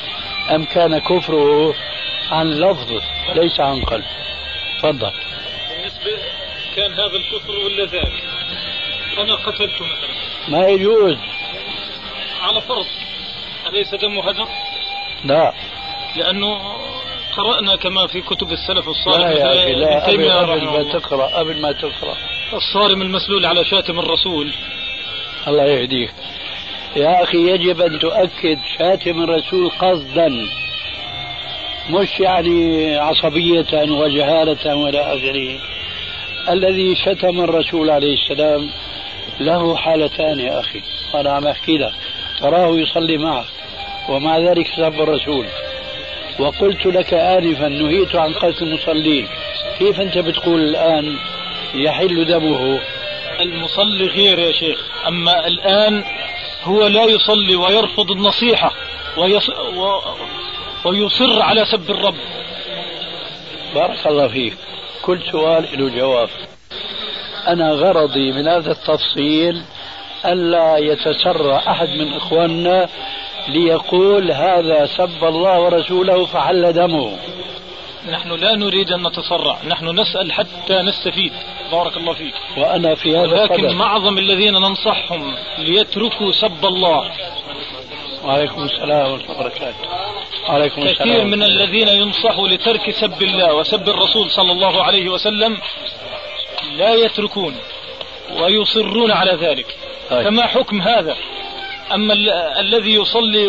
C: أم كان كفره عن لفظ ليس عن قلب؟ تفضل.
H: بالنسبة كان هذا الكفر ولا ذاك، أنا قتلته مثلا
C: ما يجوز
H: على فرض، أليس دمه هدر؟
C: لا،
H: لأنه قرأنا كما في كتب السلف الصالح.
C: لا يا أخي لا، قبل, قبل ما تقرأ قبل ما تقرأ
H: الصارم المسلول على شاتم الرسول.
C: الله يهديك يا أخي، يجب أن تؤكد شاتم الرسول قصدا، مش يعني عصبية وجهالة ولا آخره. الذي شتم الرسول عليه السلام له حالتان يا أخي، أنا عم أحكي لك، تراه يصلي معك ومع ذلك سب الرسول، وقلت لك آنفا نهيت عن قتل المصلين، كيف أنت بتقول الآن يحل دمه؟
H: المصلي غير يا شيخ، أما الآن هو لا يصلي ويرفض النصيحة ويص... و... ويصر على سب الرب.
C: بارك الله فيك، كل سؤال له جواب. أنا غرضي من هذا التفصيل ألا يتسرع أحد من إخواننا ليقول هذا سب الله ورسوله فحل دمه.
H: نحن لا نريد أن نتسرع، نحن نسأل حتى نستفيد. بارك الله فيك.
C: وأنا في هذا
H: لكن
C: الصدد.
H: معظم الذين ننصحهم ليتركوا سب الله.
C: وعليكم السلام ورحمة الله وبركاته. عليكم
H: كثير
C: السلام.
H: كثير من الذين ينصحوا لترك سب الله وسب الرسول صلى الله عليه وسلم لا يتركون ويصرون على ذلك. طيب. فما حكم هذا؟ أما ال- الذي يصلي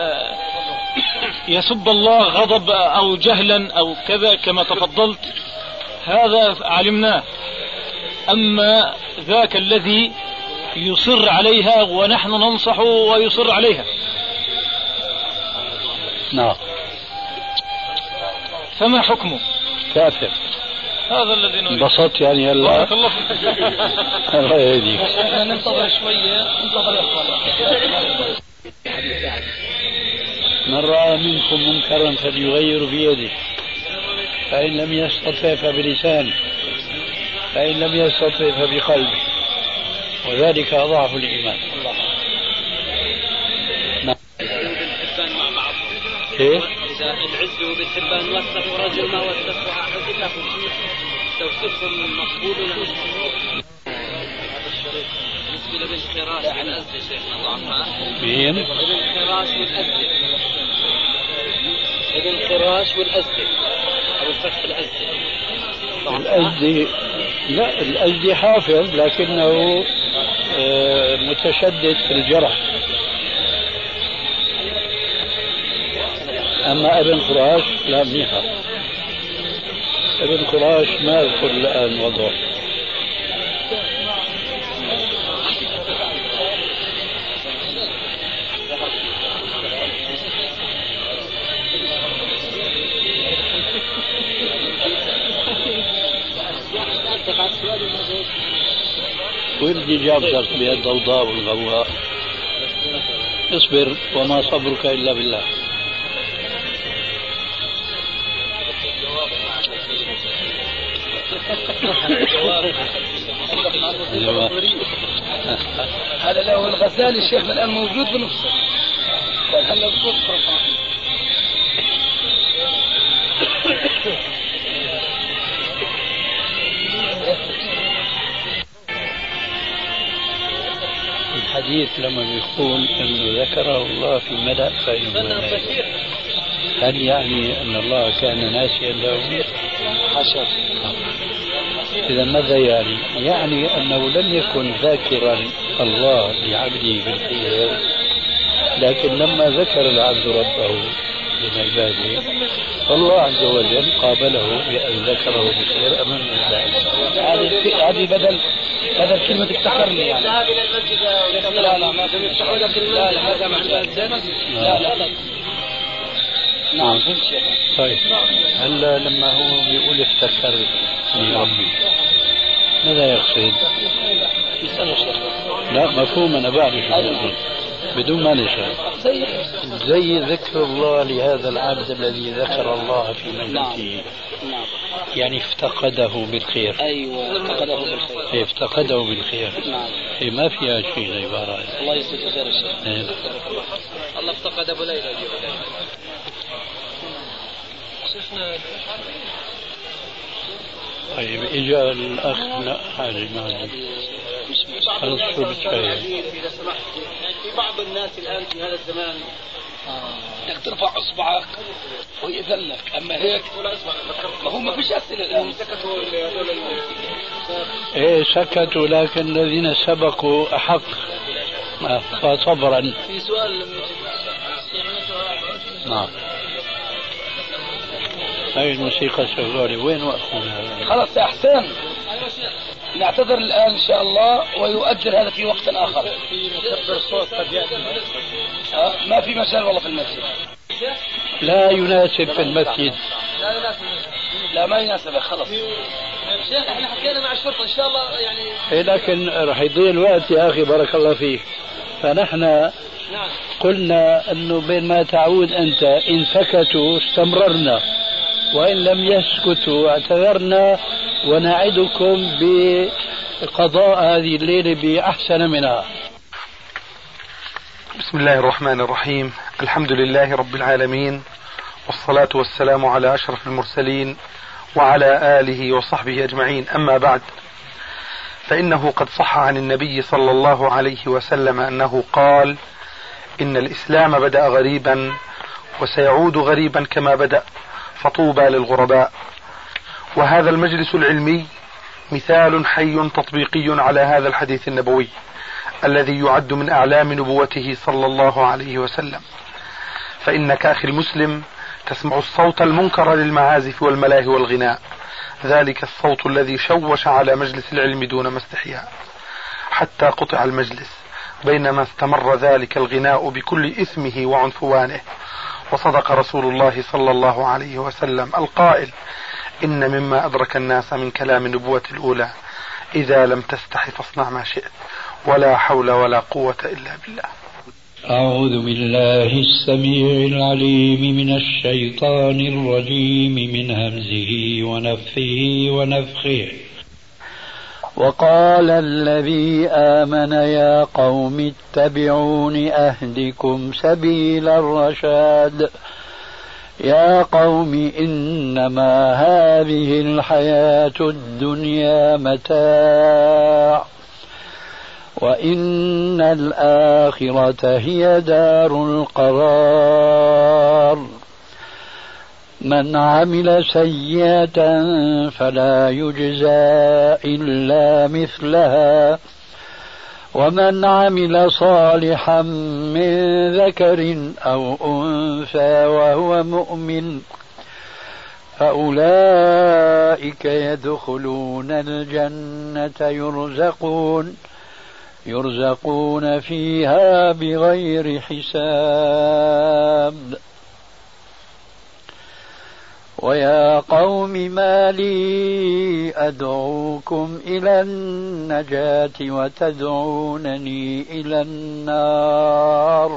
H: ويسب الله غضب أو جهلا أو كذا كما تفضلت، هذا علمناه. أما ذاك الذي يصر عليها ونحن ننصحه ويصر عليها،
C: نعم،
H: فما حكمه؟
C: كافر.
H: هذا الذي نريد.
C: انبسطت يعني هلا؟
H: بارك الله فيك.
C: الله يهديك.
B: احنا ننتظر شوية، ننتظر اخواننا.
C: من رأى منكم منكرا فليغير بيده، فإن لم يستطع فبلسانه، فإن لم يستطع فبقلبه، وذلك أضعف الإيمان. نعم. إيه؟
A: إذا العز بالحبان وثق ورجل ما وثق وحدثه توثيقهم مقبول بالنسبة للخراش والأزدة شيخنا ضعفها.
C: مين؟
A: الخراش والأزدة. الخراش والأزدة أو الفتح الأزدة.
C: الأزدي لا، الأزدي حافظ لكنه آه متشدد في الجرح. أما ابن خراش لا منيحة. ابن خراش ما أذكر الآن وضعه. ولدي جابتك بهالضوضاء والغواء. اصبر وما صبرك إلا بالله.
B: هذا لو الغزالي الشيخ الآن موجود بنفسه. هلا بصوت
C: الحديث لما بيقول انه ذكره الله في ملأ فإنه ناسي، هل يعني ان الله كان ناسيا له؟
B: حاشا.
C: إذا ماذا يعني؟ يعني أنه لم يكن ذاكرا الله لعبده بالخير، لكن لما ذكر العبد ربه من عباده فالله عز وجل قابله بأن ذكره بالخير أمام الناس.
B: هذه هذه بدل بدل كلمة افتخرني يعني.
A: ذهب إلى المسجد.
B: لا لا ما في
A: استحوذت المسجد هذا معنى
B: لا لا لا. نعم فهمت شيخ.
C: طيب هلا لما هو بيقول افتكر لربي ماذا يقصد؟ لا مفهوم، أنا بعرف بدون ما نشرح. زي ذكر الله لهذا العبد الذي ذكر الله في مجلسه، يعني افتقده بالخير.
B: ايوه افتقده بالخير.
C: إيه افتقده بالخير.
B: نعم.
C: إيه ما فيها شيء عبارة.
B: الله يجزيك خير الشيخ.
C: إيه.
A: الله افتقد أبو ليلى.
C: طيب اجا الاخ لا حاجه معلش خلص شو بتخيل
B: في بعض الناس الان في هذا الزمان بدك ترفع اصبعك ويأذن لك، اما هيك ما هو ما فيش اسئله الان. سكتوا
C: ايه سكتوا، لكن الذين سبقوا احق فصبرا.
B: في سؤال
C: نعم. هاي الموسيقى شغالة، وين وقفنا؟
B: خلص يا حسين نعتذر الآن إن شاء الله ويؤجل هذا في وقت آخر. في مكبر صوت قد يأتي أه؟ ما في مجال والله في المسجد،
C: لا يناسب في المسجد.
B: لا يناسب لا ما يناسب خلص شيخ. احنا حكينا مع الشرطة إن شاء الله يعني
C: إيه، لكن راح يضيع الوقت يا أخي بارك الله فيك. فنحن قلنا أنه بين ما تعود أنت إن سكتوا استمررنا، وإن لم يسكتوا اعتذرنا، ونعدكم بقضاء هذه الليلة بأحسن منها.
I: بسم الله الرحمن الرحيم. الحمد لله رب العالمين، والصلاة والسلام على أشرف المرسلين وعلى آله وصحبه أجمعين. أما بعد، فإنه قد صح عن النبي صلى الله عليه وسلم أنه قال: إن الإسلام بدأ غريبا وسيعود غريبا كما بدأ، فطوبى للغرباء. وهذا المجلس العلمي مثال حي تطبيقي على هذا الحديث النبوي الذي يعد من أعلام نبوته صلى الله عليه وسلم. فإنك أخي المسلم تسمع الصوت المنكر للمعازف والملاهي والغناء، ذلك الصوت الذي شوش على مجلس العلم دون ما استحياء، حتى قطع المجلس بينما استمر ذلك الغناء بكل إثمه وعنفوانه. وصدق رسول الله صلى الله عليه وسلم القائل: إن مما أدرك الناس من كلام النبوة الأولى: إذا لم تستحي فاصنع ما شئت، ولا حول ولا قوة إلا بالله.
C: أعوذ بالله السميع العليم من الشيطان الرجيم، من همزه ونفثه ونفخه. وقال الذي آمن يا قوم اتبعون أهدكم سبيل الرشاد. يا قوم إنما هذه الحياة الدنيا متاع، وإن الآخرة هي دار القرار. من عمل سيئة فلا يجزى إلا مثلها، ومن عمل صالحا من ذكر أو أنثى وهو مؤمن فأولئك يدخلون الجنة يرزقون يرزقون فيها بغير حساب. ويا قوم ما لي أدعوكم إلى النجاة وتدعونني إلى النار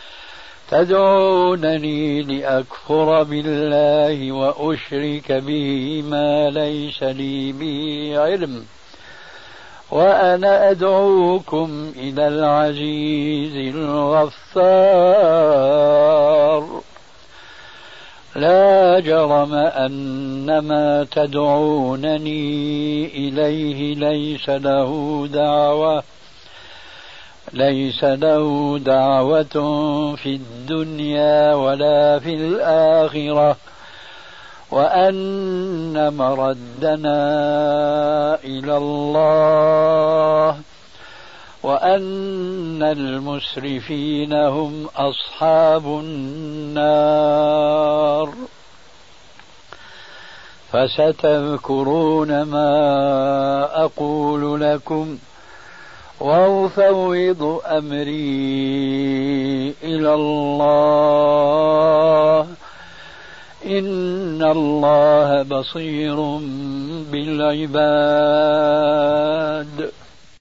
C: تدعونني لأكفر بالله وأشرك به ما ليس لي به علم، وأنا أدعوكم إلى العزيز الغفار. لا جرم أن ما تدعونني إليه ليس له دعوة ليس له دعوة في الدنيا ولا في الآخرة، وأن مردنا إلى الله، وأن المسرفين هم أصحاب النار. فستذكرون ما أقول لكم وأفوض أمري إلى الله، إن الله بصير بالعباد.